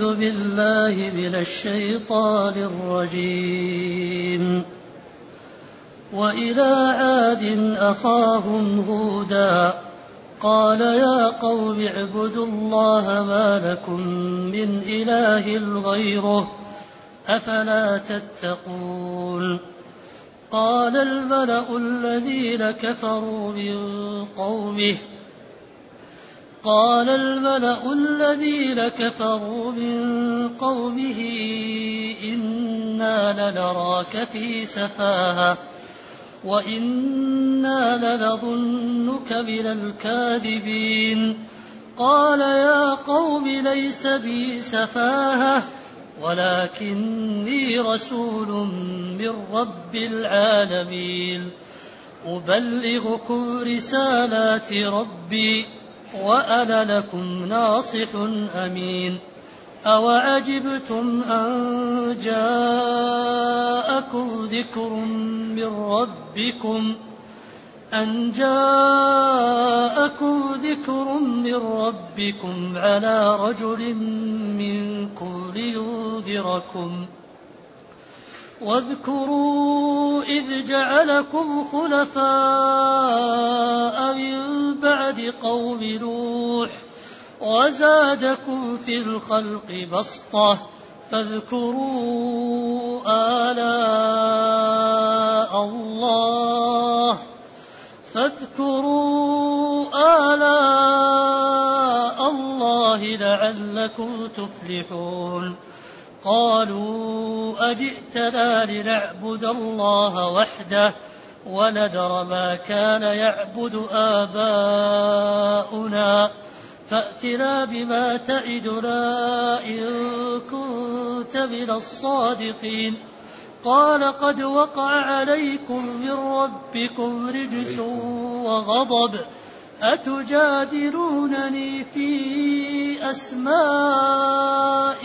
أعوذ بالله من الشيطان الرجيم. وإلى عاد أخاهم هودا قال يا قوم اعبدوا الله ما لكم من إله غيره أفلا تتقون. قال الملأ الذين كفروا من قومه إنا لنراك في سفاهة وإنا لنظنك من الكاذبين. قال يا قوم ليس بي سفاهة ولكني رسول من رب العالمين أبلغكم رسالات ربي وأنا لكم ناصح أمين. أوعجبتم أن جاءكم ذكر من ربكم على رجل منكم لينذركم. واذكروا إذ جعلكم خلفاء من بعد قوم نوح وزادكم في الخلق بسطة فاذكروا آلاء الله لعلكم تفلحون. قالوا أجئتنا لنعبد الله وحده ونذر ما كان يعبد آباؤنا فأتنا بما تعدنا إن كنت من الصادقين. قال قد وقع عليكم من ربكم رجس وغضب أتجادلونني في أسماء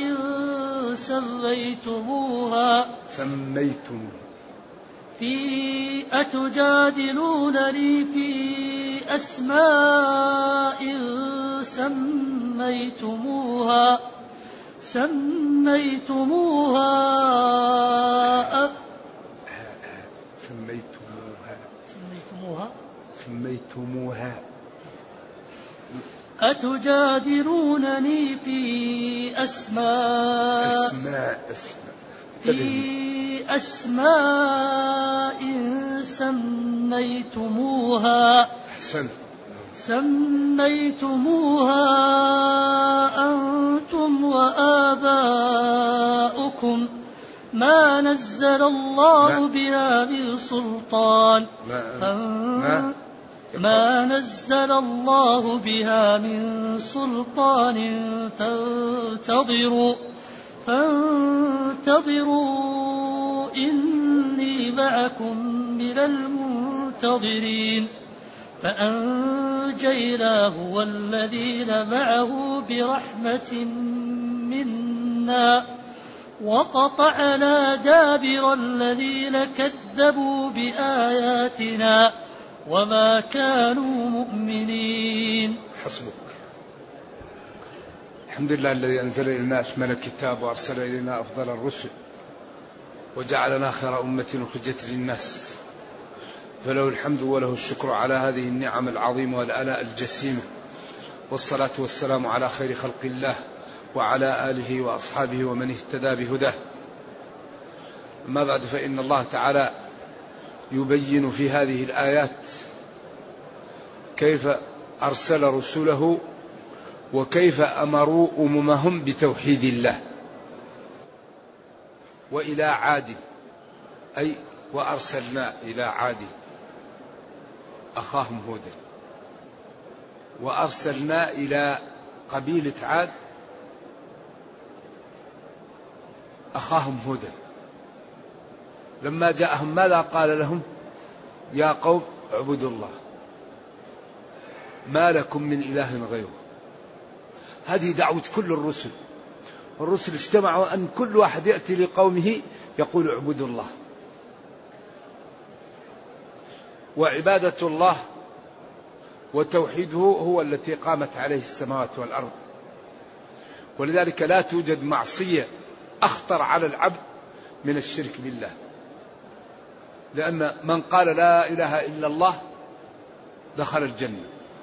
سميتموها أنتم وآباؤكم ما نزل الله بها من سلطان فانتظروا إني معكم من المنتظرين. فأنجيناه والذين معه برحمة منا وقطعنا دابر الذين كذبوا بآياتنا وما كانوا مؤمنين. حسبك. الحمد لله الذي أنزل إلينا أشمل الكتاب وأرسل إلينا أفضل الرسل وجعلنا خير أمة أخرجت للناس فله الحمد وله الشكر على هذه النعم العظيمة والآلاء الجسيمة. والصلاة والسلام على خير خلق الله وعلى آله وأصحابه ومن اهتدى بهداه. أما بعد فإن الله تعالى يبين في هذه الآيات كيف أرسل رسله وكيف أمروا أممهم بتوحيد الله. وإلى عاد أي وأرسلنا إلى عاد أخاهم هودا وأرسلنا إلى قبيلة عاد أخاهم هودا. لما جاءهم ماذا قال لهم؟ يا قوم اعبدوا الله ما لكم من إله غيره. هذه دعوة كل الرسل. الرسل اجتمعوا أن كل واحد يأتي لقومه يقول اعبدوا الله. وعبادة الله وتوحيده هو التي قامت عليه السماوات والأرض. ولذلك لا توجد معصية أخطر على العبد من الشرك بالله، لأن من قال لا إله إلا الله دخل الجنة.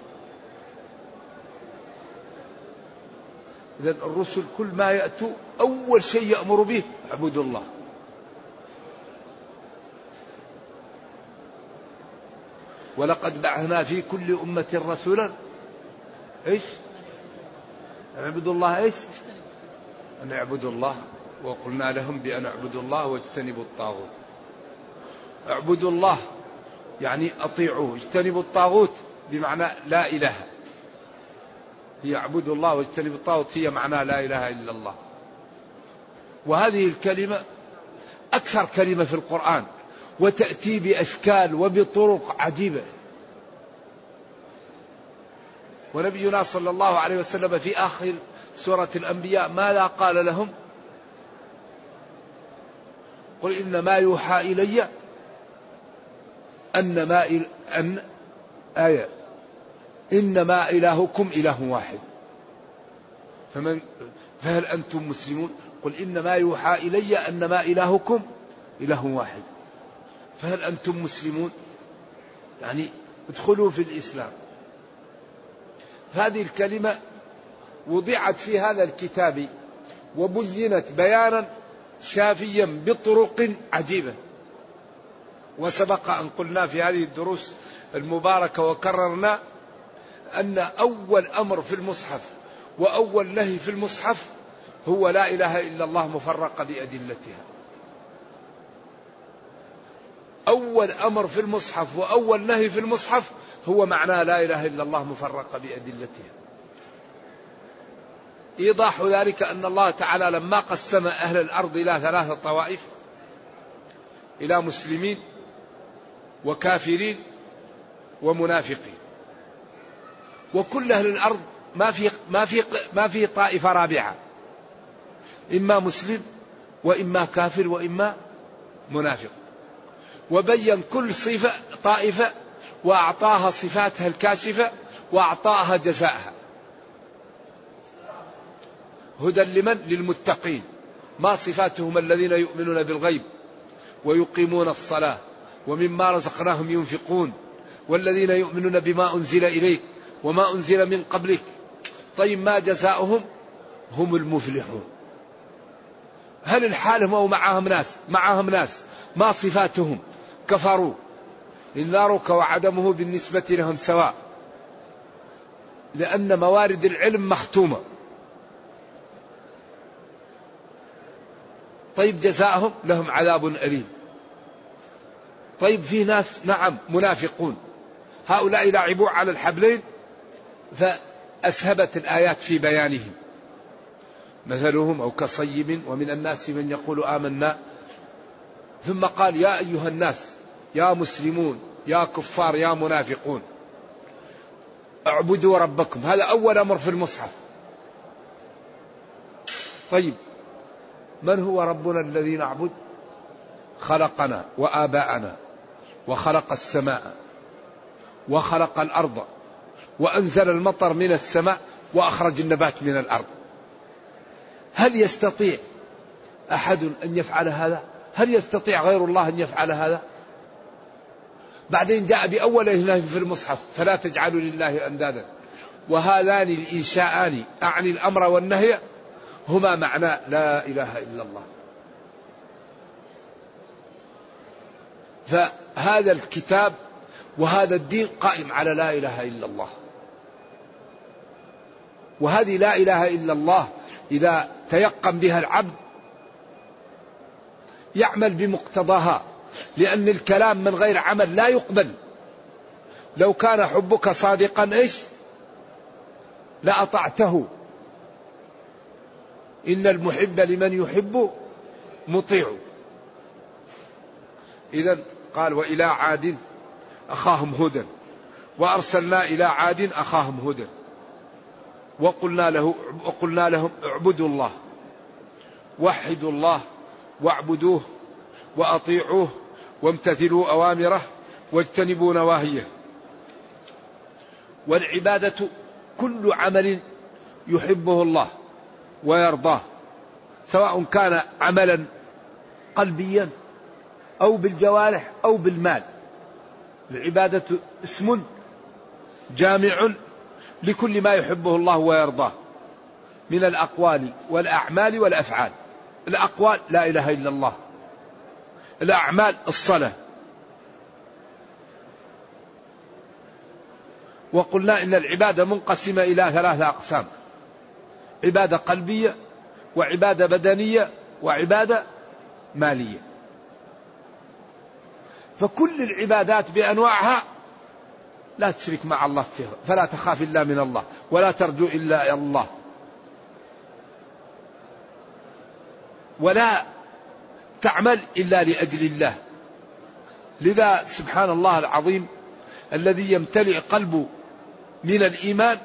إذن الرسل كل ما يأتوا أول شيء يأمر به اعبدوا الله. ولقد بعثنا في كل أمة رسولا إيش؟ اعبدوا الله إيش؟ أن اعبدوا الله، وقلنا لهم بأن اعبدوا الله واجتنبوا الطاغوت. اعبدوا الله يعني أطيعوه، اجتنبوا الطاغوت بمعنى لا إله. هي اعبدوا الله واجتنبوا الطاغوت هي معنى لا إله إلا الله. وهذه الكلمة أكثر كلمة في القرآن، وتأتي بأشكال وبطرق عجيبة. ونبينا صلى الله عليه وسلم في آخر سورة الأنبياء ماذا قال لهم؟ قل إنما يوحى إلي إنما إلهكم إله واحد فهل أنتم مسلمون؟ قل إنما يوحى إلي أنما إلهكم إله واحد فهل أنتم مسلمون؟ يعني ادخلوا في الإسلام. هذه الكلمة وضعت في هذا الكتاب وبينت بيانا شافيا بطرق عجيبة. وسبق أن قلنا في هذه الدروس المباركة وكررنا أن أول أمر في المصحف وأول نهي في المصحف هو لا إله إلا الله مفرقة بأدلتها. أول أمر في المصحف وأول نهي في المصحف هو معنى لا إله إلا الله مفرقة بأدلتها. إيضاح ذلك أن الله تعالى لما قسم أهل الأرض إلى 3 طوائف، إلى مسلمين وكافرين ومنافقين، وكل أهل الأرض ما في طائفة رابعة، إما مسلم وإما كافر وإما منافق. وبين كل صفة طائفة وأعطاها صفاتها الكاشفة وأعطاها جزاءها. هدى لمن؟ للمتقين. ما صفاتهم؟ الذين يؤمنون بالغيب ويقيمون الصلاة ومما رزقناهم ينفقون والذين يؤمنون بما أنزل إليك وما أنزل من قبلك. طيب ما جزاؤهم؟ هم المفلحون. هل الحال هم معهم ناس ما صفاتهم؟ كفروا. إنذارك وعدمه بالنسبة لهم سواء، لأن موارد العلم مختومة. طيب جزاءهم لهم عذاب أليم. طيب في ناس نعم منافقون، هؤلاء لعبوا على الحبلين فأسهبت الآيات في بيانهم. مثلهم أو كصيب ومن الناس من يقول آمنا ثم قال يا أيها الناس يا مسلمون يا كفار يا منافقون اعبدوا ربكم. هذا أول أمر في المصحف. طيب من هو ربنا الذي نعبد؟ خلقنا وآباءنا وخلق السماء وخلق الأرض وأنزل المطر من السماء وأخرج النبات من الأرض. هل يستطيع أحد أن يفعل هذا؟ هل يستطيع غير الله أن يفعل هذا؟ بعدين جاء بأول إله في المصحف فلا تجعلوا لله أندادا. وهذان الإنشاءان أعني الأمر والنهي هما معنى لا إله إلا الله. فهذا الكتاب وهذا الدين قائم على لا إله إلا الله. وهذه لا إله إلا الله إذا تيقن بها العبد يعمل بمقتضاها، لأن الكلام من غير عمل لا يقبل. لو كان حبك صادقا إيش لأطعته، إن المحب لمن يحب مطيع. إذن قال وإلى عاد أخاهم هودا وأرسلنا إلى عاد أخاهم هودا وقلنا لهم اعبدوا الله وحدوا الله واعبدوه وأطيعوه وامتثلوا أوامره واجتنبوا نواهيه. والعبادة كل عمل يحبه الله ويرضاه، سواء كان عملا قلبيا أو بالجوارح أو بالمال. العبادة اسم جامع لكل ما يحبه الله ويرضاه من الأقوال والأعمال والأفعال. الأقوال لا إله إلا الله، الأعمال الصلاة. وقلنا إن العبادة منقسمة إلى 3 أقسام: عبادة قلبية، وعبادة بدنية، وعبادة مالية. فكل العبادات بأنواعها لا تشرك مع الله فيها، فلا تخاف إلا من الله ولا ترجو إلا الله، ولا تعمل إلا لأجل الله. لذا سبحان الله العظيم الذي يمتلئ قلبه من الإيمان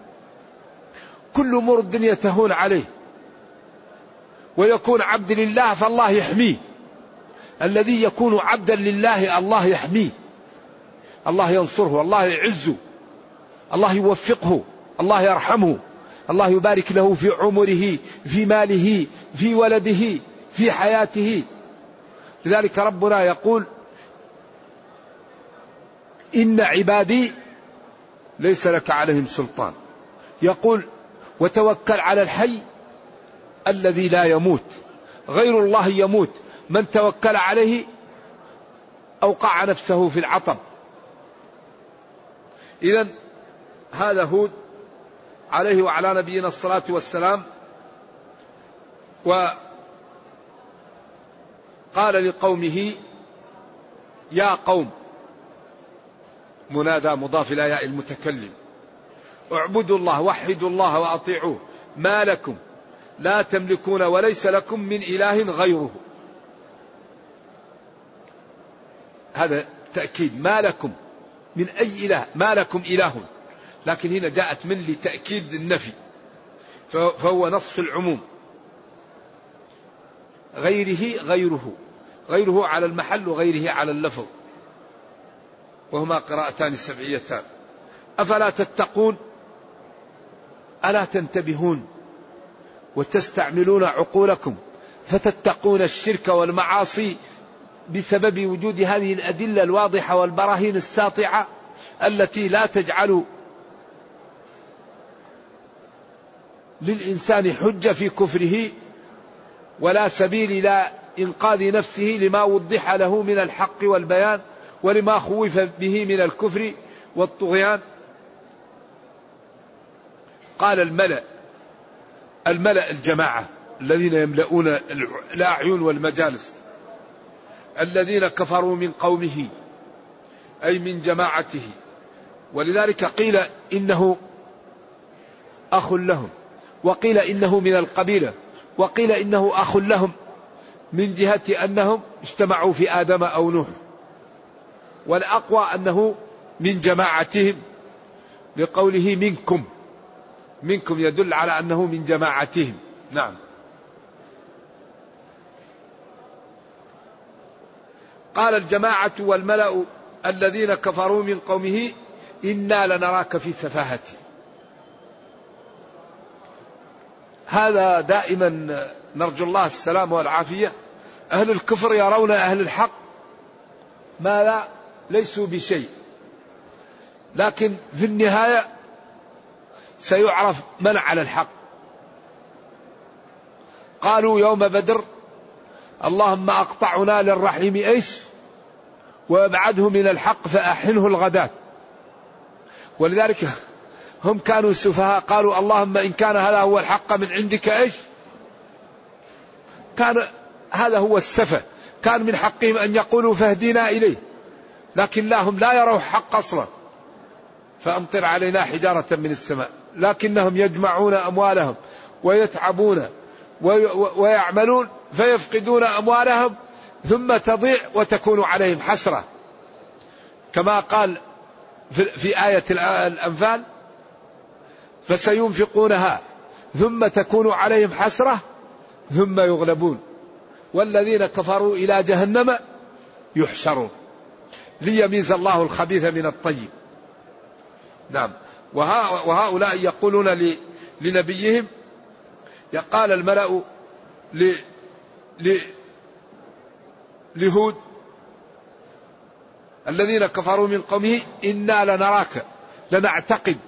كل أمور الدنيا تهون عليه ويكون عبد لله فالله يحميه. الذي يكون عبدا لله الله يحميه، الله ينصره، الله يعزه، الله يوفقه، الله يرحمه، الله يبارك له في عمره، في ماله، في ولده، في حياته. لذلك ربنا يقول: إن عبادي ليس لك عليهم سلطان. يقول: وتوكل على الحي الذي لا يموت. غير الله يموت، من توكل عليه أوقع نفسه في العطب. إذن هذا هود عليه وعلى نبينا الصلاة والسلام. وقال لقومه: يا قوم، منادى مضاف إلى ياء المتكلم، اعبدوا الله، وحدوا الله وأطيعوه، ما لكم لا تملكون وليس لكم من إله غيره. هذا تأكيد، ما لكم من أي إله، ما لكم إله، لكن هنا جاءت من لتأكيد النفي، فهو نصف العموم. غيره على المحل وغيره على اللفظ، وهما قراءتان سبعيتان. أفلا تتقون؟ ألا تنتبهون وتستعملون عقولكم فتتقون الشرك والمعاصي بسبب وجود هذه الأدلة الواضحة والبراهين الساطعة التي لا تجعل للإنسان حجة في كفره ولا سبيل إلى إنقاذ نفسه لما وضح له من الحق والبيان ولما خوف به من الكفر والطغيان. قال الملأ الجماعة الذين يملؤون الأعين والمجالس، الذين كفروا من قومه أي من جماعته. ولذلك قيل إنه أخ لهم، وقيل إنه من القبيلة، وقيل إنه أخ لهم من جهة أنهم اجتمعوا في آدم أو نوح، والأقوى أنه من جماعتهم لقوله منكم يدل على أنه من جماعتهم. نعم. قال الجماعة والملأ الذين كفروا من قومه إنا لنراك في سفاهة. هذا دائما نرجو الله السلام والعافية. أهل الكفر يرون أهل الحق ما لا ليسوا بشيء، لكن في النهاية سيعرف من على الحق. قالوا يوم بدر: اللهم أقطعنا للرحيم إيش وابعده من الحق فأحنه الغداة. ولذلك هم كانوا سفهاء، قالوا اللهم إن كان هذا هو الحق من عندك إيش. كان هذا هو السفه، كان من حقهم أن يقولوا فاهدنا إليه، لكن هم لا يروا حق أصلا. فأمطر علينا حجارة من السماء. لكنهم يجمعون أموالهم ويتعبون ويعملون فيفقدون أموالهم ثم تضيع وتكون عليهم حسرة، كما قال في آية الأنفال: فسينفقونها ثم تكون عليهم حسرة ثم يغلبون والذين كفروا إلى جهنم يحشرون ليميز الله الخبيث من الطيب. نعم. وهؤلاء يقولون لنبيهم: قال الملأ لهود الذين كفروا من قومه إنا لنراك لنعتقد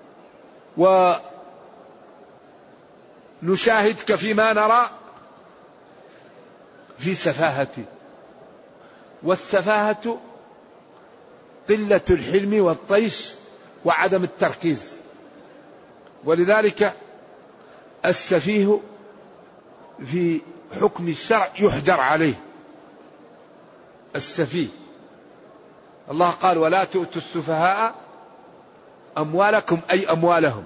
ونشاهدك فيما نرى في سفاهة. والسفاهة قلة الحلم والطيش وعدم التركيز. ولذلك السفيه في حكم الشرع يحجر عليه. السفيه الله قال ولا تؤتوا السفهاء أموالكم أي أموالهم.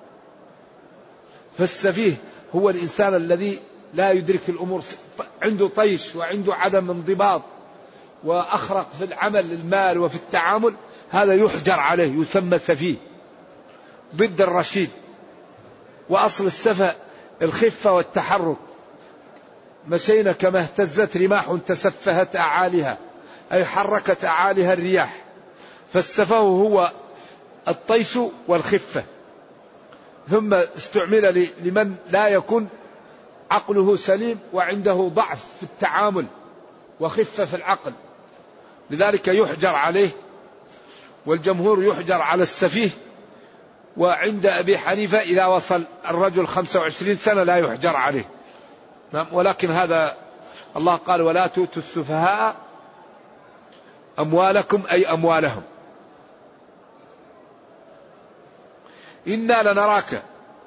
فالسفيه هو الإنسان الذي لا يدرك الأمور، عنده طيش وعنده عدم انضباط وأخرق في العمل المال وفي التعامل، هذا يحجر عليه يسمى سفيه ضد الرشيد. وأصل السفه الخفة والتحرك. مشينا كما اهتزت رماح تسفهت أعاليها، أي حركت أعاليها الرياح. فالسفه هو الطيش والخفة. ثم استعمل لمن لا يكون عقله سليم وعنده ضعف في التعامل وخفة في العقل، لذلك يحجر عليه. والجمهور يحجر على السفيه. وعند أبي حنيفة إذا وصل الرجل 25 سنة لا يحجر عليه. ولكن هذا الله قال ولا تؤتوا السفهاء أموالكم أي أموالهم. إنا لنراك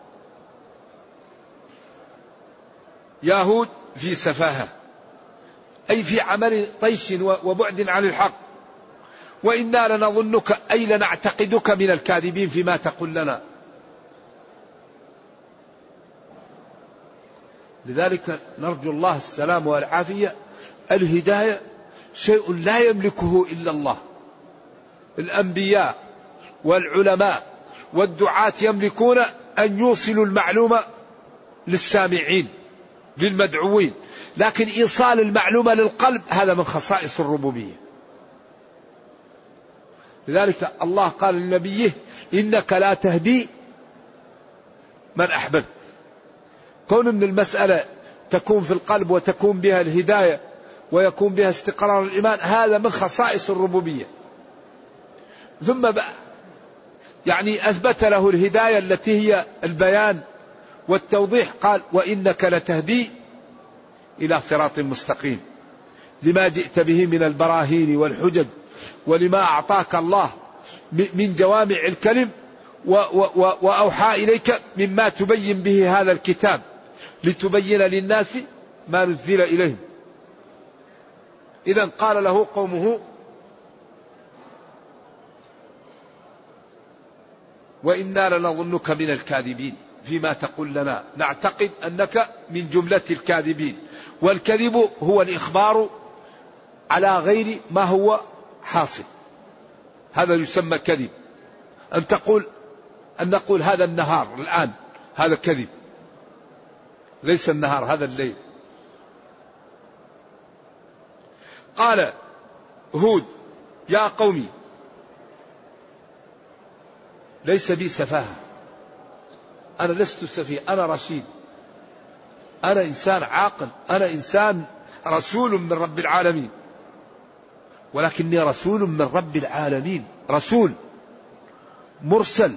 يا هود في سفاهة، أي في عمل طيش وبعد عن الحق. وإنا لنظنك أي لنعتقدك من الكاذبين فيما تقول لنا. لذلك نرجو الله السلام والعافية. الهداية شيء لا يملكه إلا الله. الأنبياء والعلماء والدعاة يملكون أن يوصلوا المعلومة للسامعين للمدعوين، لكن إيصال المعلومة للقلب هذا من خصائص الربوبية. لذلك الله قال لنبيه إنك لا تهدي من أحببت. كون من المسألة تكون في القلب وتكون بها الهداية ويكون بها استقرار الإيمان، هذا من خصائص الربوبية. ثم يعني أثبت له الهداية التي هي البيان والتوضيح. قال وإنك لتهدي إلى صراط مستقيم لما جئت به من البراهين والحجج ولما أعطاك الله من جوامع الكلم وأوحى إليك مما تبين به هذا الكتاب لتبين للناس ما نزل إليهم. إذن قال له قومه وإنا لنظنك من الكاذبين فيما تقول لنا، نعتقد أنك من جملة الكاذبين. والكذب هو الإخبار على غير ما هو حاصل، هذا يسمى كذب. أن نقول هذا النهار الآن، هذا كذب. ليس النهار، هذا الليل. قال هود يا قومي ليس بي سفاهة، أنا لست سفيه، أنا رشيد، أنا إنسان عاقل، أنا إنسان رسول من رب العالمين. ولكني رسول من رب العالمين، رسول مرسل.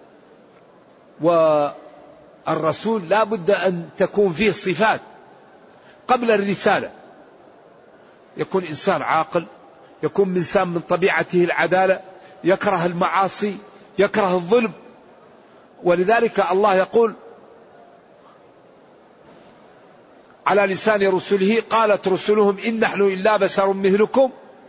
والرسول لا بد أن تكون فيه صفات قبل الرسالة. يكون إنسان عاقل، يكون إنسان من طبيعته العدالة، يكره المعاصي، يكره الظلم. ولذلك الله يقول على لسان رسله قالت رسلهم إن نحن إلا بشر مثلكم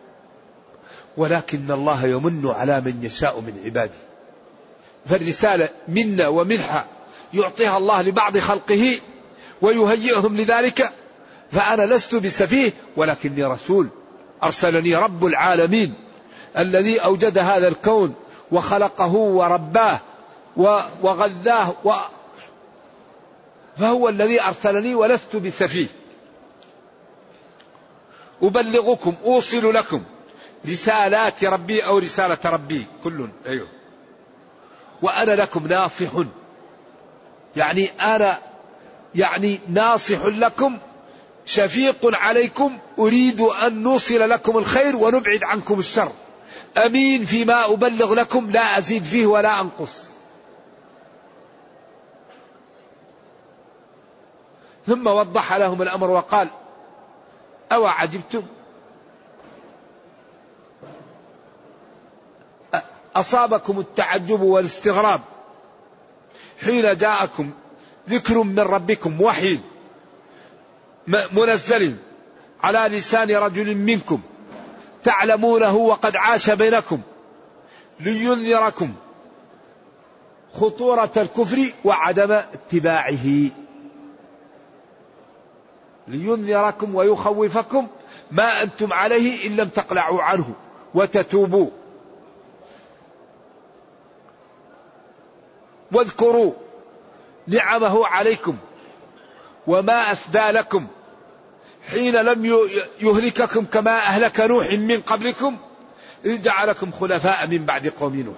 ولكن الله يمن على من يشاء من عباده. فالرسالة منة ومنحة يعطيها الله لبعض خلقه ويهيئهم لذلك. فأنا لست بسفيه ولكني رسول أرسلني رب العالمين الذي أوجد هذا الكون وخلقه ورباه وغذاه فهو الذي أرسلني ولست بسفيه. أبلغكم أوصل لكم رسالات ربي أو رسالة ربي كل أيوه. وأنا لكم ناصح، يعني أنا يعني ناصح لكم شفيق عليكم أريد أن نوصل لكم الخير ونبعد عنكم الشر، أمين فيما أبلغ لكم لا أزيد فيه ولا أنقص. ثم وضح لهم الأمر وقال أو عجبتم أصابكم التعجب والاستغراب حين جاءكم ذكر من ربكم وحي منزل على لسان رجل منكم تعلمونه وقد عاش بينكم لينذركم خطورة الكفر وعدم اتباعه، لينذركم ويخوفكم ما أنتم عليه إن لم تقلعوا عنه وتتوبوا. واذكروا نعمه عليكم وما أسدى لكم حين لم يهلككم كما أهلك نوح من قبلكم إذ جعلكم خلفاء من بعد قوم نوح.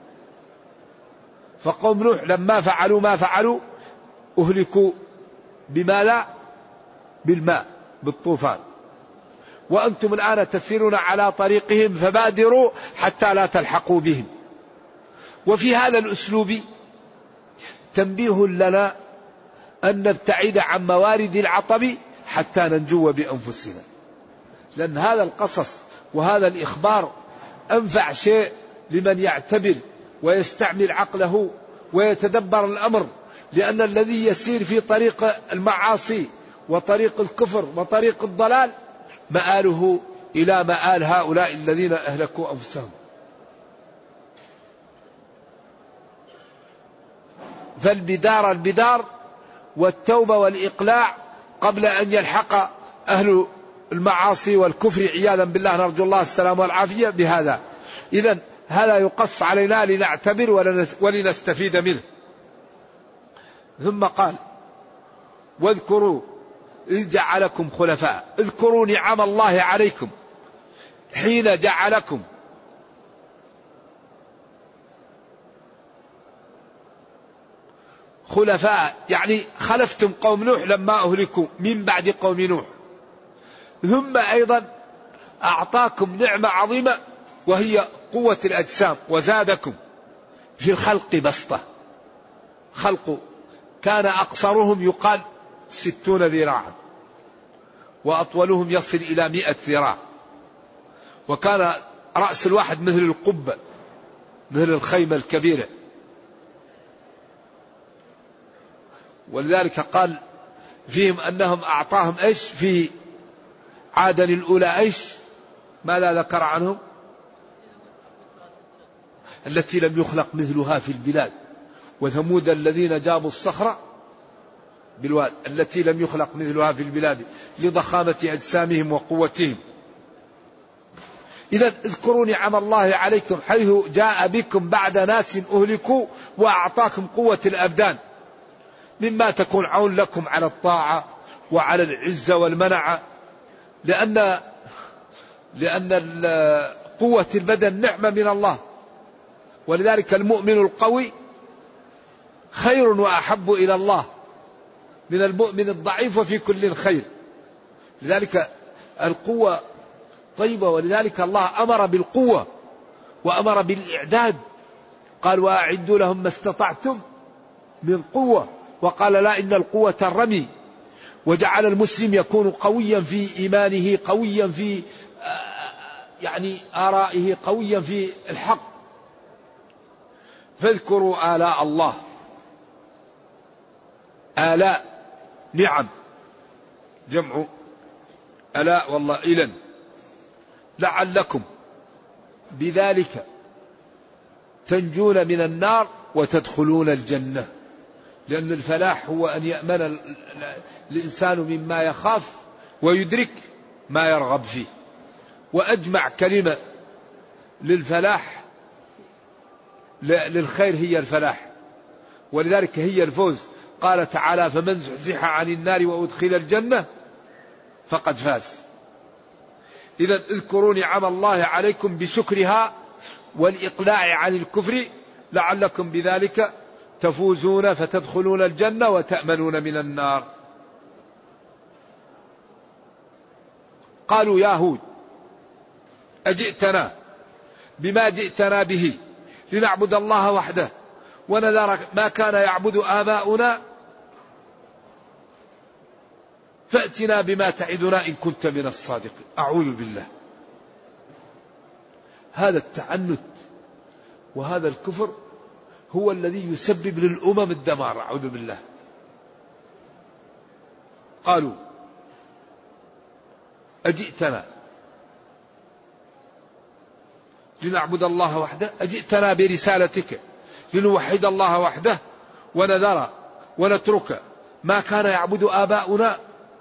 فقوم نوح لما فعلوا ما فعلوا أهلكوا بماذا؟ بالماء، بالطوفان. وأنتم الآن تسيرون على طريقهم فبادروا حتى لا تلحقوا بهم. وفي هذا الأسلوب تنبيه لنا أن نبتعد عن موارد العطب حتى ننجو بأنفسنا، لأن هذا القصص وهذا الإخبار أنفع شيء لمن يعتبر ويستعمل عقله ويتدبر الأمر، لأن الذي يسير في طريق المعاصي وطريق الكفر وطريق الضلال مآله إلى مآل هؤلاء الذين أهلكوا أنفسهم. فالبدار والتوبة والإقلاع قبل أن يلحق أهل المعاصي والكفر عياذا بالله، نرجو الله السلام والعافية بهذا. إذن هذا يقص علينا لنعتبر ولنستفيد منه. ثم قال واذكروا إذ جعلكم خلفاء، اذكروا نعم الله عليكم حين جعلكم خلفاء، يعني خلفتم قوم نوح لما أهلكوا من بعد قوم نوح. ثم أيضا أعطاكم نعمة عظيمة وهي قوة الأجسام، وزادكم في الخلق بسطة. خلق كان أقصرهم يقال 60 ذراعا وأطولهم يصل إلى 100 ذراع، وكان رأس الواحد مثل القبة مثل الخيمة الكبيرة. ولذلك قال فيهم أنهم أعطاهم إيش في عاد الأولى إيش ماذا ذكر عنهم؟ التي لم يخلق مثلها في البلاد، وثمود الذين جابوا الصخرة بالواد التي لم يخلق مثلها في البلاد لضخامة أجسامهم وقوتهم. إذا اذكروا نعم الله عليكم حيث جاء بكم بعد ناس أهلكوا وأعطاكم قوة الأبدان مما تكون عون لكم على الطاعة وعلى العزة والمنعة، لأن قوة البدن نعمة من الله. ولذلك المؤمن القوي خير وأحب إلى الله من المؤمن الضعيف وفي كل خير. لذلك القوة طيبة، ولذلك الله أمر بالقوة وأمر بالإعداد، قال وأعدوا لهم ما استطعتم من قوة، وقال لا إن القوة الرمي. وجعل المسلم يكون قويا في إيمانه، قويا في يعني آرائه، قويا في الحق. فاذكروا آلاء الله، آلاء نعم جمع آلاء والله إلن، لعلكم بذلك تنجون من النار وتدخلون الجنة. لأن الفلاح هو أن يأمن الإنسان مما يخاف ويدرك ما يرغب فيه. وأجمع كلمة للفلاح للخير هي الفلاح، ولذلك هي الفوز. قال تعالى فمن زحزح عن النار وأدخل الجنة فقد فاز. إذا اذكروا نعم الله عليكم بشكرها والإقلاع عن الكفر لعلكم بذلك تفوزون فتدخلون الجنة وتأمنون من النار. قالوا يا هود أجئتنا بما جئتنا به لنعبد الله وحده ونذر ما كان يعبد آباؤنا فأتنا بما تعدنا إن كنت من الصادقين. أعوذ بالله، هذا التعنت وهذا الكفر هو الذي يسبب للأمم الدمار. أعوذ بالله. قالوا أجئتنا لنعبد الله وحده، أجئتنا برسالتك لنوحد الله وحده ونذر ونترك ما كان يعبد آباؤنا.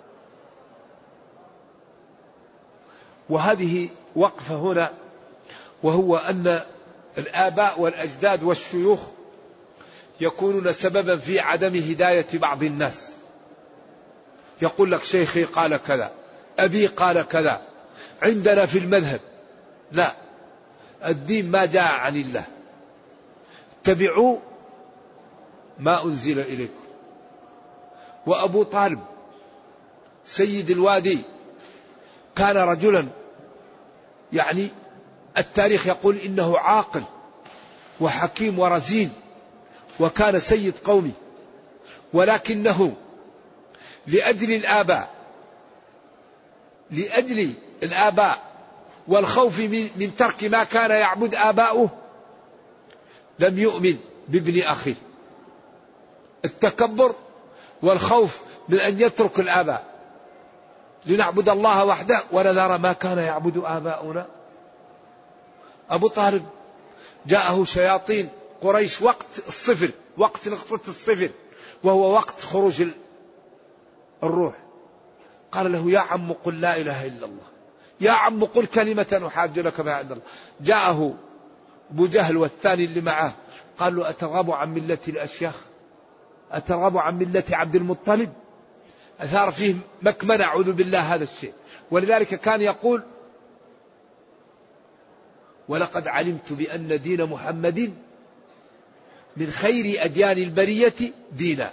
وهذه وقفة هنا، وهو أن الآباء والأجداد والشيوخ يكونون سببا في عدم هداية بعض الناس. يقول لك شيخي قال كذا، أبي قال كذا، عندنا في المذهب. لا، الدين ما جاء عن الله، اتبعوا ما أنزل إليكم. وأبو طالب سيد الوادي كان رجلا، يعني التاريخ يقول إنه عاقل وحكيم ورزين وكان سيد قومي، ولكنه لأجل الآباء والخوف من ترك ما كان يعبد آباؤه لم يؤمن بابن أخيه. التكبر والخوف من أن يترك الآباء لنعبد الله وحده ونذر ما كان يعبد آباؤنا. أبو طالب جاءه شياطين قريش وقت الصفر، وقت نقطة الصفر، وهو وقت خروج الروح. قال له يا عم قل لا إله إلا الله، يا عم قل كلمة أحاج لك بها عند الله. جاءه أبو جهل والثاني اللي معه قال له أترغب عن ملة الأشياخ؟ أترغب عن ملة عبد المطلب؟ أثار فيه مكمنة، أعوذ بالله هذا الشيء. ولذلك كان يقول ولقد علمت بأن دين محمد من خير أديان البرية دينا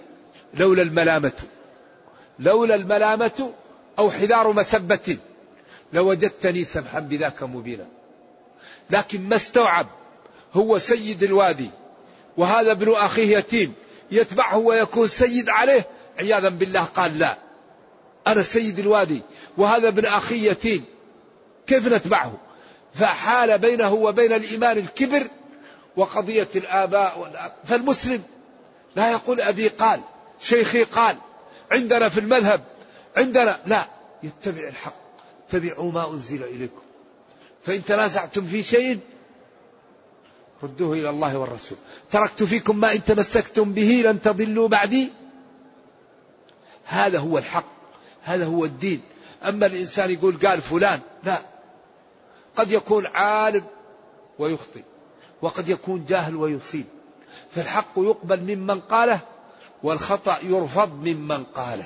لولا الملامة أو حذار مسبة لوجدتني سمحا بذاك مبينا. لكن ما استوعب، هو سيد الوادي وهذا ابن أخيه يتيم يتبعه ويكون سيد عليه، عياذا بالله قال لا، أنا سيد الوادي وهذا ابن أخي يتيم، كيف نتبعه؟ فحال بينه وبين الإيمان الكبر وقضية الآباء. فالمسلم لا يقول أبي قال، شيخي قال، عندنا في المذهب، عندنا، لا، يتبع الحق. اتبعوا ما أنزل إليكم، فإن تنازعتم في شيء ردوه إلى الله والرسول. تركت فيكم ما إن تمسكتم به لن تضلوا بعدي. هذا هو الحق، هذا هو الدين. أما الإنسان يقول قال فلان، لا، قد يكون عالم ويخطئ وقد يكون جاهل ويصيب. فالحق يقبل ممن قاله والخطأ يرفض ممن قاله.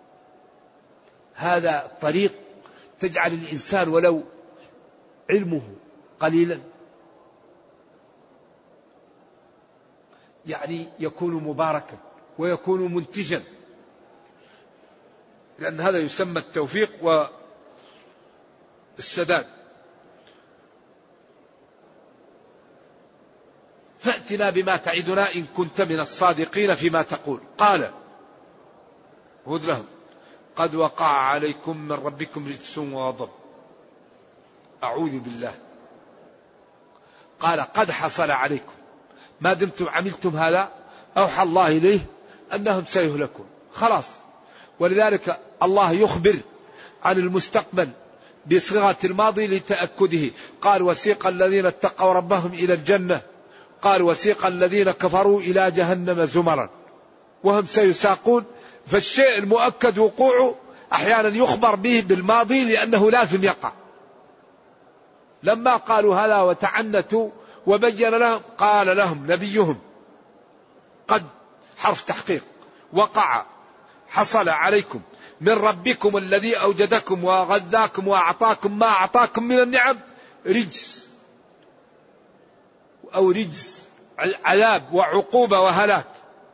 هذا الطريق تجعل الإنسان ولو علمه قليلا يعني يكون مباركا ويكون منتجا، لأن هذا يسمى التوفيق والسداد. فأتنا بما تعدنا إن كنت من الصادقين فيما تقول. قال هود لهم قد وقع عليكم من ربكم رجس وغضب. أعوذ بالله. قال قد حصل عليكم ما دمتم عملتم هذا، أوحى الله إليه أنهم سيهلكون، خلاص. ولذلك الله يخبر عن المستقبل بصيغة الماضي لتأكده. قال وسيق الذين اتقوا ربهم إلى الجنة، قال وسيق الذين كفروا إلى جهنم زمرا وهم سيساقون. فالشيء المؤكد وقوعه أحيانا يخبر به بالماضي لأنه لازم يقع. لما قالوا هذا وتعنتوا وبين لهم، قال لهم نبيهم قد حرف تحقيق، وقع، حصل عليكم من ربكم الذي أوجدكم وغذاكم وأعطاكم ما أعطاكم من النعم رجس أو رجس، عذاب وعقوبة وهلاك.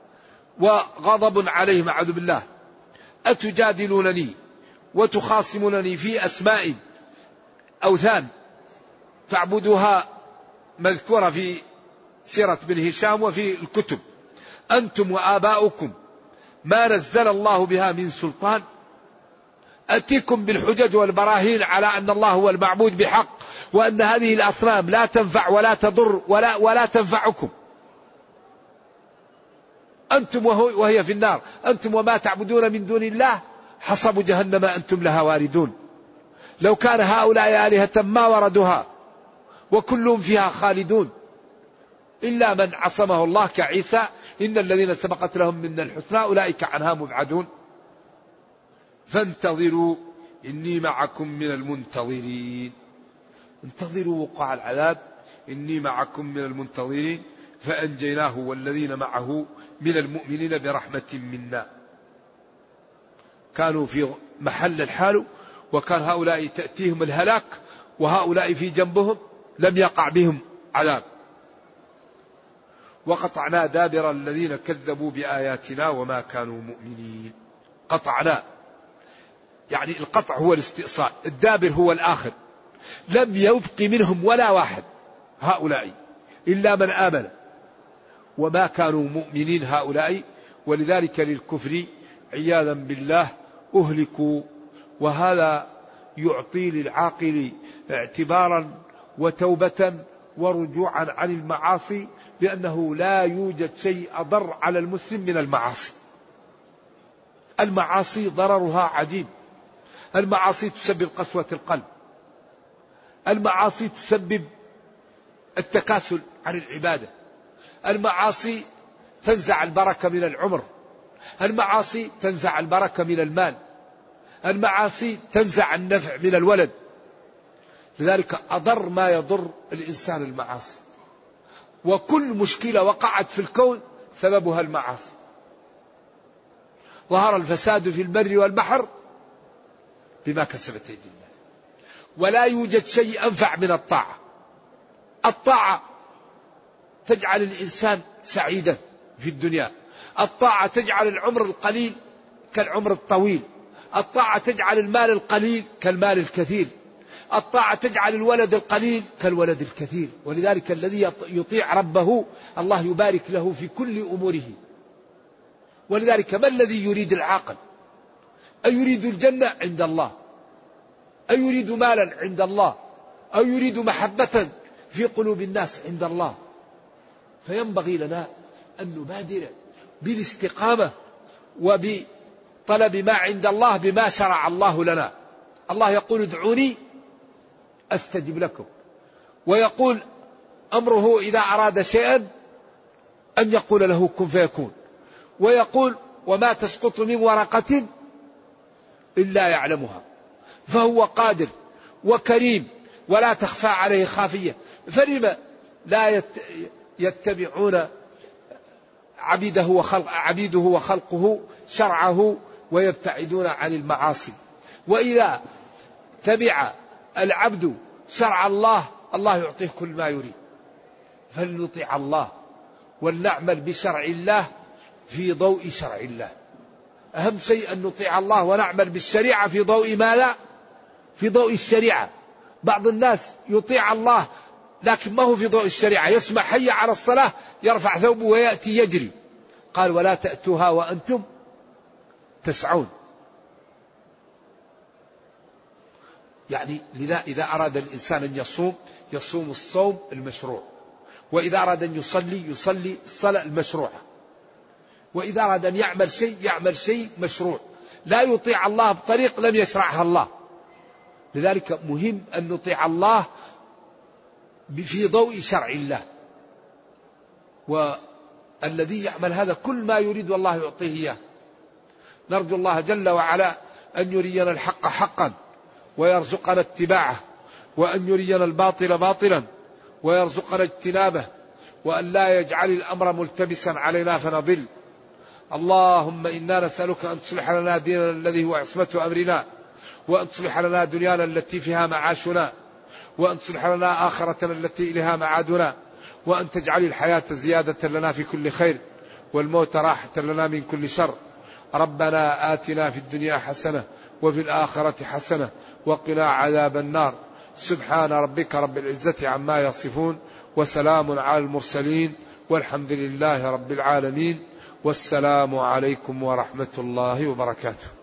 وغضب عليهم أعوذ بالله. أتجادلونني وتخاصمونني في أسماء أوثان تعبدوها مذكورة في سيرة بن هشام وفي الكتب، أنتم وآباؤكم ما نزل الله بها من سلطان، أتيكم بالحجج والبراهين على أن الله هو المعبود بحق، وأن هذه الأصنام لا تنفع ولا تضر ولا تنفعكم، أنتم وهي في النار، أنتم وما تعبدون من دون الله حصب جهنم أنتم لها واردون. لو كان هؤلاء آلهة ما وردوها وكلهم فيها خالدون إلا من عصمه الله كعيسى، إن الذين سبقت لهم من الحسنى أولئك عنها مبعدون. فانتظروا إني معكم من المنتظرين. انتظروا وقوع العذاب، إني معكم من المنتظرين. فأنجيناه والذين معه من المؤمنين برحمة منا. كانوا في محل الحال، وكان هؤلاء تأتيهم الهلاك وهؤلاء في جنبهم لم يقع بهم عذاب. وقطعنا دابر الذين كذبوا بآياتنا وما كانوا مؤمنين. قطعنا يعني القطع هو الاستئصال، الدابر هو الآخر، لم يبق منهم ولا واحد هؤلاء إلا من آمن، وما كانوا مؤمنين هؤلاء، ولذلك للكفر عياذا بالله أهلكوا. وهذا يعطي للعاقل اعتبارا وتوبة ورجوعا عن المعاصي، لأنه لا يوجد شيء أضر على المسلم من المعاصي. المعاصي ضررها عجيب. المعاصي تسبب قسوة القلب، المعاصي تسبب التكاسل عن العبادة، المعاصي تنزع البركة من العمر، المعاصي تنزع البركة من المال، المعاصي تنزع النفع من الولد. لذلك أضر ما يضر الإنسان المعاصي. وكل مشكلة وقعت في الكون سببها المعاصي. ظهر الفساد في البر والبحر بما كسبت أيدي الناس. ولا يوجد شيء أنفع من الطاعة. الطاعة تجعل الإنسان سعيدا في الدنيا، الطاعة تجعل العمر القليل كالعمر الطويل، الطاعة تجعل المال القليل كالمال الكثير، الطاعة تجعل الولد القليل كالولد الكثير. ولذلك الذي يطيع ربه الله يبارك له في كل أموره. ولذلك ما الذي يريد العاقل؟ أن يريد الجنة عند الله، أن يريد مالا عند الله، أو يريد محبة في قلوب الناس عند الله. فينبغي لنا أن نبادر بالاستقامة وبطلب ما عند الله بما شرع الله لنا. الله يقول ادعوني أستجب لكم، ويقول أمره إذا أراد شيئا أن يقول له كن فيكون، ويقول وما تسقط من ورقة إلا يعلمها. فهو قادر وكريم ولا تخفى عليه خافية. فلما لا يتبعون عبيده وخلقه شرعه ويبتعدون عن المعاصي؟ وإذا تبع العبد شرع الله، الله يعطيه كل ما يريد. فلنطيع الله ولنعمل بشرع الله في ضوء شرع الله. أهم شيء أن نطيع الله ونعمل بالشريعة في ضوء ما لا، في ضوء الشريعة. بعض الناس يطيع الله لكن ما هو في ضوء الشريعة، يسمع حي على الصلاة يرفع ثوبه ويأتي يجري. قال ولا تأتوها وأنتم تسعون. يعني لذا إذا أراد الإنسان أن يصوم الصوم المشروع، وإذا أراد أن يصلي الصلاة المشروعة، وإذا أراد أن يعمل شيء مشروع. لا يطيع الله بطريق لم يشرعها الله. لذلك مهم أن نطيع الله في ضوء شرع الله. والذي يعمل هذا كل ما يريد والله يعطيه إياه. نرجو الله جل وعلا أن يرينا الحق حقا ويرزقنا اتباعه، وأن يرينا الباطل باطلا ويرزقنا اجتنابه، وأن لا يجعل الأمر ملتبسا علينا فنضل. اللهم إنا نسألك أن تصلح لنا ديننا الذي هو عصمة أمرنا، وأن تصلح لنا دنيانا التي فيها معاشنا، وأن تصلح لنا آخرتنا التي إليها معادنا، وأن تجعل الحياة زيادة لنا في كل خير، والموت راحة لنا من كل شر. ربنا آتنا في الدنيا حسنة وفي الآخرة حسنة وقنا عذاب النار. سبحان ربك رب العزة عما يصفون وسلام على المرسلين والحمد لله رب العالمين. والسلام عليكم ورحمة الله وبركاته.